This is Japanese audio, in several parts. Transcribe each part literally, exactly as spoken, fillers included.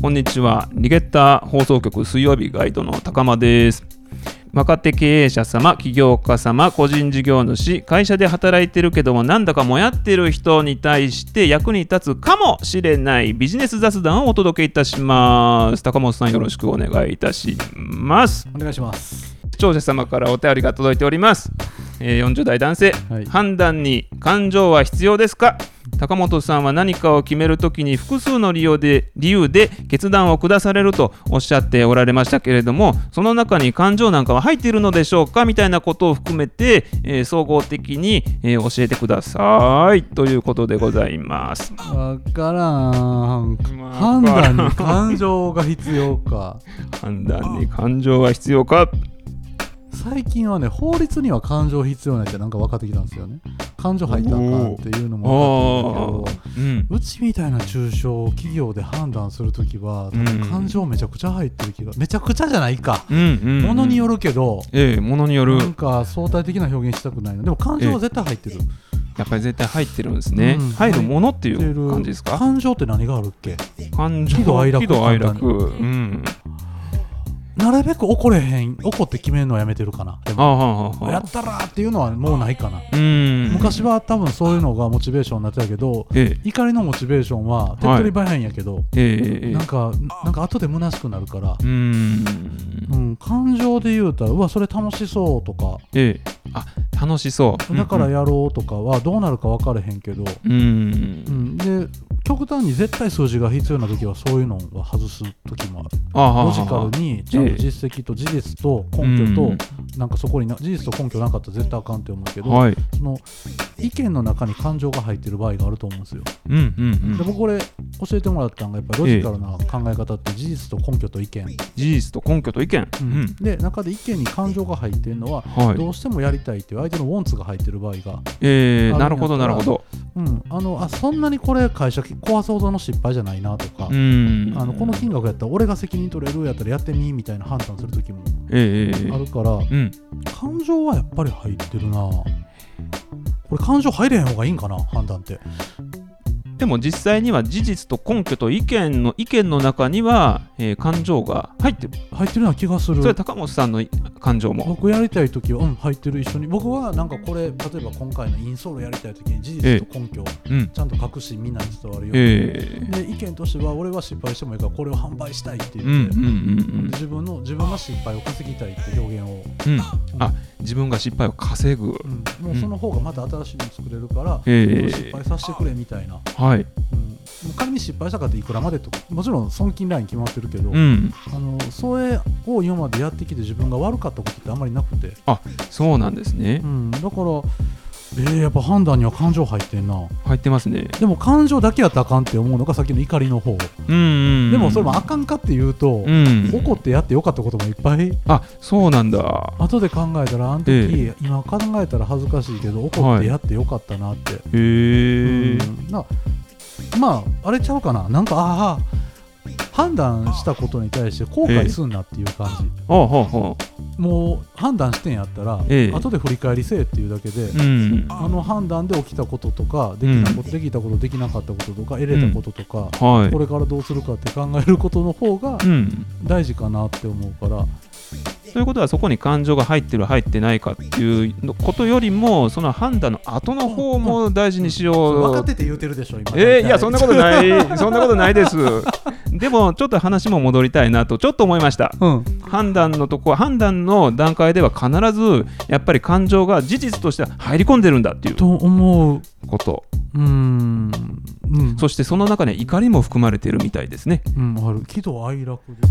こんにちは。リゲッター放送局水曜日ガイドの高間です。若手経営者様、起業家様、個人事業主、会社で働いてるけどもなんだかもやってる人に対して役に立つかもしれないビジネス雑談をお届けいたします。高本さんよろしくお願いいたします。 お願いします。 視聴者様からお便りが届いております。えー、よんじゅう代男性、はい、判断に感情は必要ですか？高本さんは何かを決めるときに複数の理由で、理由で決断を下されるとおっしゃっておられましたけれども、その中に感情なんかは入っているのでしょうかみたいなことを含めて、えー、総合的に、えー、教えてくださいということでございます。 わからん。判断に感情が必要か。 判断に感情は必要か。 最近はね、法律には感情必要ないってなんか分かってきたんですよね。感情入ったらあかんっていうのも分かってきたけど、うん、うちみたいな中小企業で判断するときは、うん、感情めちゃくちゃ入ってる気が、めちゃくちゃじゃないか、うんうんうん、ものによるけど、 ええ、ものによる、 なんか相対的な表現したくないの。でも感情は絶対入ってる、ええ、 やっぱり絶対入ってるんですね、うん、入るものっていう感じですか？ 感情って何があるっけ？ 感情、 喜怒哀楽、 喜怒哀楽、うん、 なるべく怒れへん、怒って決めるのはやめてるかな。でもあはははやったらっていうのはもうないかな。うん、昔は多分そういうのがモチベーションになってたけど、ええ、怒りのモチベーションは手っ取り早いんやけど、はい、ええ、なんかなんか後で虚しくなるから、うん、うん、感情で言うたら、うわそれ楽しそうとか、ええ、 あ楽しそう、 だからやろうとかはどうなるか分からへんけど、うん、うん、で極端に絶対数字が必要な時はそういうのは外す時もある。ロジカルにちゃんと実績と事実と根拠と、ええ、なんかそこにな事実と根拠なかったら絶対あかんって思うけど、はい、その意見の中に感情が入ってる場合があると思うんですよ、うんうんうん、で僕これ教えてもらったのがやっぱりロジカルな考え方って事実と根拠と意見、 事実と根拠と意見、 うんうん、で中で意見に感情が入ってるのは、はい、どうしてもやりたいっていう相手のウォンツが入ってる場合が、 えー、なるほどなるほど、 うん、あのあそんなにこれ会社壊すほどの失敗じゃないなとか、うん、あのこの金額やったら俺が責任取れるやったらやってみみたいな判断するときもあるから、えーうん、感情はやっぱり入ってるな。これ感情入れへん方がいいんかな、判断って。 でも実際には事実と根拠と意見の意見の中には、えー、感情が入ってる入ってるような気がする。 それ高本さんの感情も僕やりたいときは、うん、入ってる。一緒に僕はなんかこれ例えば今回のインソールやりたいときに事実と根拠をちゃんと隠しみんなに伝わるように、えー、で意見としては俺は失敗してもいいからこれを販売したいって言って、うんうんうんうん、自分の自分が失敗を稼ぎたいって表現を、 うんうん、あ自分が失敗を稼ぐ、 うん、もうその方がまた新しいの作れるから、えー、失敗させてくれみたいな、はい、うん、仮に失敗したかっていくらまでとかもちろん損金ライン決まってるけど、うん、あのそれを今までやってきて自分が悪かったことってあんまりなくて。 あ、そうなんですね、 うん、だからえー、やっぱ判断には感情入ってんな。 入ってますね。 でも感情だけやったらあかんって思うのがさっきの怒りの方、うんうんうん、でもそれもあかんかっていうと、うん、怒ってやってよかったこともいっぱい。 あ、そうなんだ。 後で考えたらあの時、えー、今考えたら恥ずかしいけど怒ってやってよかったなって、はい、へー、うん、なまああれちゃうかな、なんかああ判断したことに対して後悔すんなっていう感じ、えー、ああああもう判断してんやったら、えー、後で振り返りせえっていうだけで、うん、あの判断で起きたこととかできなこと、うん、できたことできなかったこととか得れたこととか、うん、はい、これからどうするかって考えることの方が大事かなって思うから、うん、 ということはそこに感情が入ってる入ってないかっていうことよりもその判断の後の方も大事にしよう、 うんうん、分かってて言うてるでしょ今。 えー、いやそんなことないそんなことないですでもちょっと話も戻りたいなとちょっと思いました、うん、判断のとこ判断の段階では必ずやっぱり感情が事実として入り込んでるんだっていうと思うこと、うーん、うん、そしてその中に怒りも含まれているみたいですね、 うん、ある。喜怒哀楽で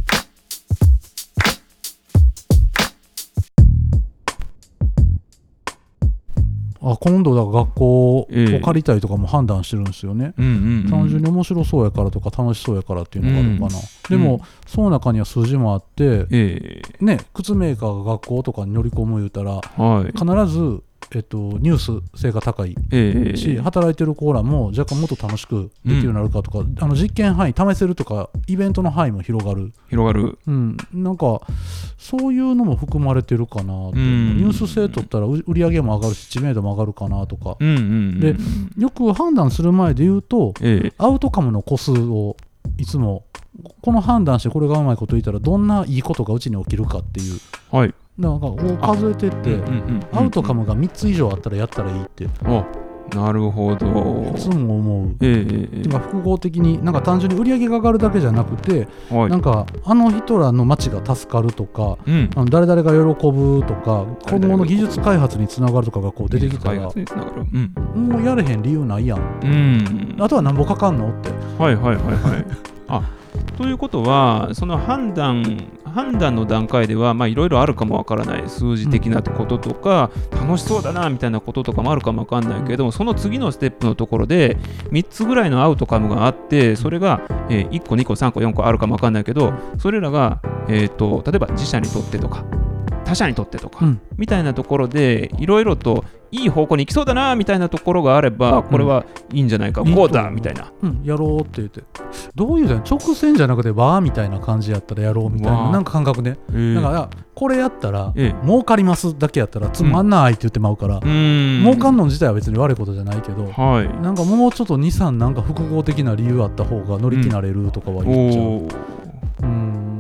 あ今度だから学校を借りたいとかも判断してるんですよね、ええ、うんうんうん、単純に面白そうやからとか楽しそうやからっていうのがあるかな、うん、でも、うん、その中には数字もあって、ええね、靴メーカーが学校とかに乗り込む言うたら、はい、必ずえっと、ニュース性が高いし、えー、働いてるコーラも若干もっと楽しくできるようになるかとか、うん、あの実験範囲試せるとかイベントの範囲も広がる広がる、 うん、なんかそういうのも含まれてるかなと、うん、ニュース性取ったら売り上げも上がるし知名度も上がるかなとか、うんうんうん、でよく判断する前で言うと、えー、アウトカムの個数をいつもこの判断してこれがうまいこと言ったらどんないいことがうちに起きるかっていう、 はい、 なんかこう数えてってアウトカムがみっつ以上あったらやったらいいって。 あ、なるほど。 いつも思う。 えー、えー、 てか複合的になんか単純に売り上げが上がるだけじゃなくて、はい、なんかあの人らの街が助かるとか、うん、あの誰々が喜ぶとか今後の技術開発につながるとかがこう出てきたら、うん、もうやれへん理由ないやん、うん、あとはなんぼかかんのって。 はいはいはいはいあ、ということはその判断判断の段階ではいろいろあるかもわからない、数字的なこととか、うん、楽しそうだなみたいなこととかもあるかもわかんないけれども、その次のステップのところでみっつぐらいのアウトカムがあって、それが、えー、いっこにこさんこよんこあるかもわかんないけど、それらが、えーと、例えば自社にとってとか他社にとってとか、うん、みたいなところでいろいろといい方向に行きそうだなみたいなところがあれば、これはいいんじゃないか、うん、こうだみたいな、 うん、やろうって言って、どういうの直線じゃなくてわーみたいな感じやったらやろうみたいな、なんか感覚ね、えー、だからこれやったら、えー、儲かりますだけやったらつまんないって言ってまうから、うん、儲かんの自体は別に悪いことじゃないけど、はい、なんかもうちょっとにさんなんか複合的な理由あった方が乗り気なれるとかは言っちゃう、 うん、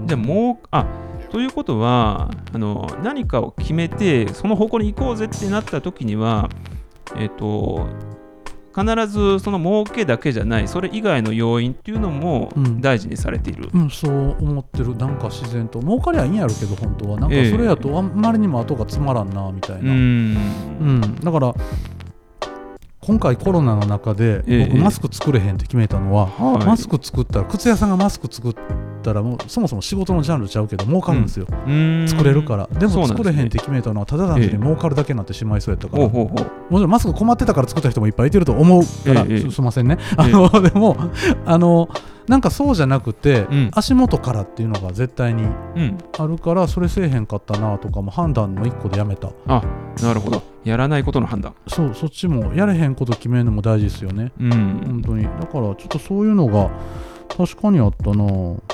じゃあもうあということはあの何かを決めてその方向に行こうぜってなった時には、えーと、必ずその儲けだけじゃないそれ以外の要因っていうのも大事にされている、 うんうん、そう思ってる。なんか自然と儲かりゃいいんやるけど本当はなんかそれやとあんまりにも後がつまらんなみたいな、えー、うん、うん、だから今回コロナの中で僕マスク作れへんって決めたのは、えー、マスク作ったら靴屋さんがマスク作ったらもうそもそも仕事のジャンルちゃうけど儲かるんですよ、うん、作れるから。でも作れへんって決めたのはただ単純に儲かるだけになってしまいそうやったから、えー、もちろんマスク困ってたから作った人もいっぱいいてると思うから、えー、す, すいませんね、あの、えー、でもあのなんかそうじゃなくて、うん、足元からっていうのが絶対にあるから、それせえへんかったなとかも判断の一個でやめた。 あ、なるほど。やらないことの判断。 そう、そっちもやれへんこと決めるのも大事ですよね、うん、本当に。だからちょっとそういうのが確かにあったな、うんうん、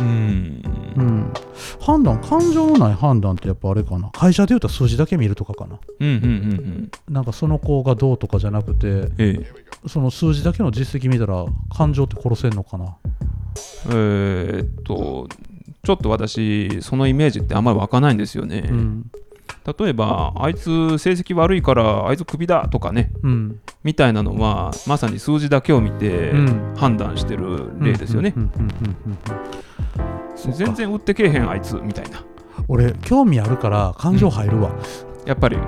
判断、感情のない判断ってやっぱあれかな、会社でいうと数字だけ見るとかかな、うんうんうんうん、なんかその子がどうとかじゃなくて、ええ、その数字だけの実績見たら感情って殺せんのかな。 えー、っとちょっと私そのイメージってあんまり湧かないんですよね、うん、例えばあいつ成績悪いからあいつクビだとかね、うん、みたいなのはまさに数字だけを見て判断してる例ですよね。全然売ってけえへんあいつみたいな。 俺興味あるから感情入るわ、 うん、やっぱり、うん、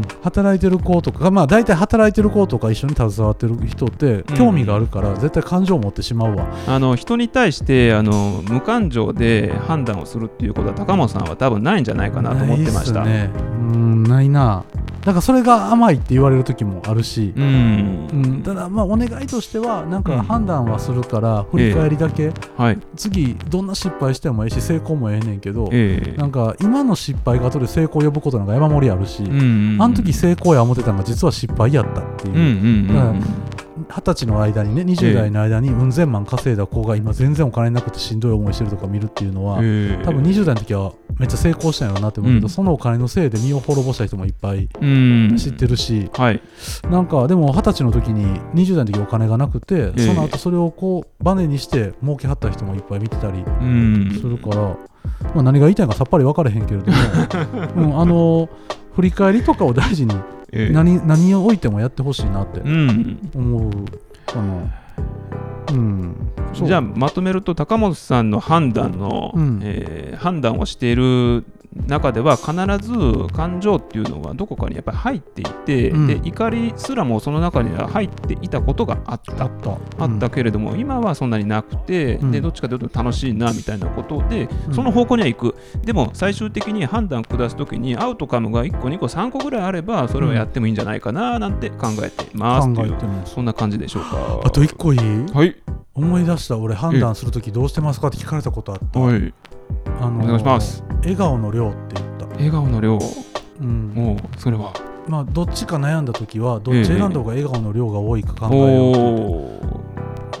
働いてる子とか、まあ大体働いてる子とか一緒に携わってる人って興味があるから絶対感情を持ってしまうわ、 うん、あの人に対してあの無感情で判断をするっていうことは高本さんは多分ないんじゃないかなと思ってました。 ないっすね。うん、ないな。だからそれが甘いって言われる時もあるし、うんうん、ただまあお願いとしてはなんか判断はするから振り返りだけ、えーはい、次どんな失敗してもええし成功もええねんけど、えー、なんか今の失敗が後で成功を呼ぶことなんか山盛りあるし、うんうんうん、あの時成功や思ってたのが実は失敗やったっていう、うんうんうん、だからはたちの間にねにじゅう代の間にうん千万稼いだ子が今全然お金なくてしんどい思いしてるとか見るっていうのは、えー、多分にじゅう代の時はめっちゃ成功したんやろうなって思うけど、うん、そのお金のせいで身を滅ぼした人もいっぱい知ってるし、はい、なんかでもはたちの時ににじゅう代の時お金がなくて、えー、その後それをこうバネにして儲けはった人もいっぱい見てたりするから、まあ、何が言いたいかさっぱり分からへんけれども、うん、あの振り返りとかを大事にええ、何, 何を置いてもやってほしいなって思うかな、うん、 じゃあまとめると高本さんの判断の、うんえー、判断をしている中では必ず感情っていうのはどこかにやっぱり入っていて、うん、で怒りすらもその中には入っていたことがあったあった、あったけれども、うん、今はそんなになくて、うん、でどっちかというと楽しいなみたいなことで、うん、その方向には行く。でも最終的に判断下すときにアウトカムがいっこにこさんこぐらいあればそれをやってもいいんじゃないかななんて考えています、うん、というそんな感じでしょうか。 あといっこいい？ はい、 思い出した。俺判断するときどうしてますかって聞かれたことあった。はい、 あのー、お願いします。 笑顔の量って言った。 笑顔の量、うん、もうそれはまあどっちか悩んだときはどっち選んだ方が笑顔の量が多いか考えようって言って、え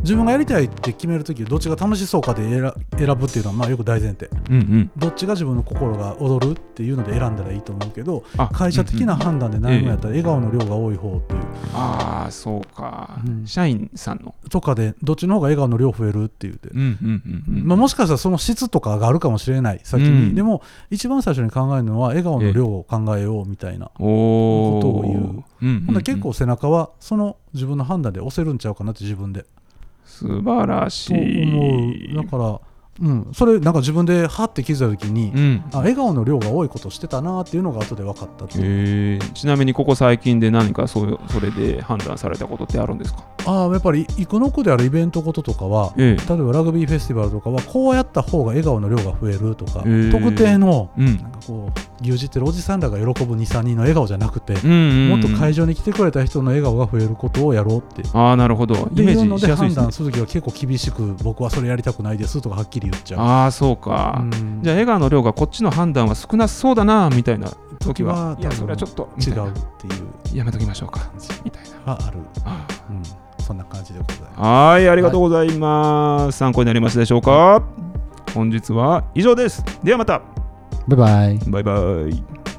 自分がやりたいって決めるときどっちが楽しそうかで選ぶっていうのはまあよく大前提、うんうん、どっちが自分の心が躍るっていうので選んだらいいと思うけど、会社的な判断で悩むやったら笑顔の量が多い方っていう、ええ、ああそうか、うん、社員さんのとかでどっちの方が笑顔の量増えるっていうて、もしかしたらその質とかがあるかもしれない先に、うん、でも一番最初に考えるのは笑顔の量を考えようみたいなことを言う、うんうんうん、結構背中はその自分の判断で押せるんちゃうかなって自分で素晴らしいと思う。だからうん、それなんか自分でハッて気づいた時に、うん、あ笑顔の量が多いことしてたなっていうのが後で分かったっていう。 ちなみにここ最近で何かそういうそれで判断されたことってあるんですか？ あやっぱり生野区であるイベントごととかは、ええ、例えばラグビーフェスティバルとかはこうやった方が笑顔の量が増えるとか、え特定の、うん、なんかこう牛耳ってるおじさんらが喜ぶ にさんにんの笑顔じゃなくて、うんうんうん、もっと会場に来てくれた人の笑顔が増えることをやろうってあなるほどイメージしやすいですね。判断するときは結構厳しく僕はそれやりたくないですとかはっきり言っちゃう。 あそうか、うん、じゃあ笑顔の量がこっちの判断は少なそうだなみたいな時はいやそれはちょっと違うっていうやめときましょうかみたいなはあるあ、うん、そんな感じでございます。 はいありがとうございます、はい、参考になりましたでしょうか。本日は以上です。ではまたバイバイバイバイ。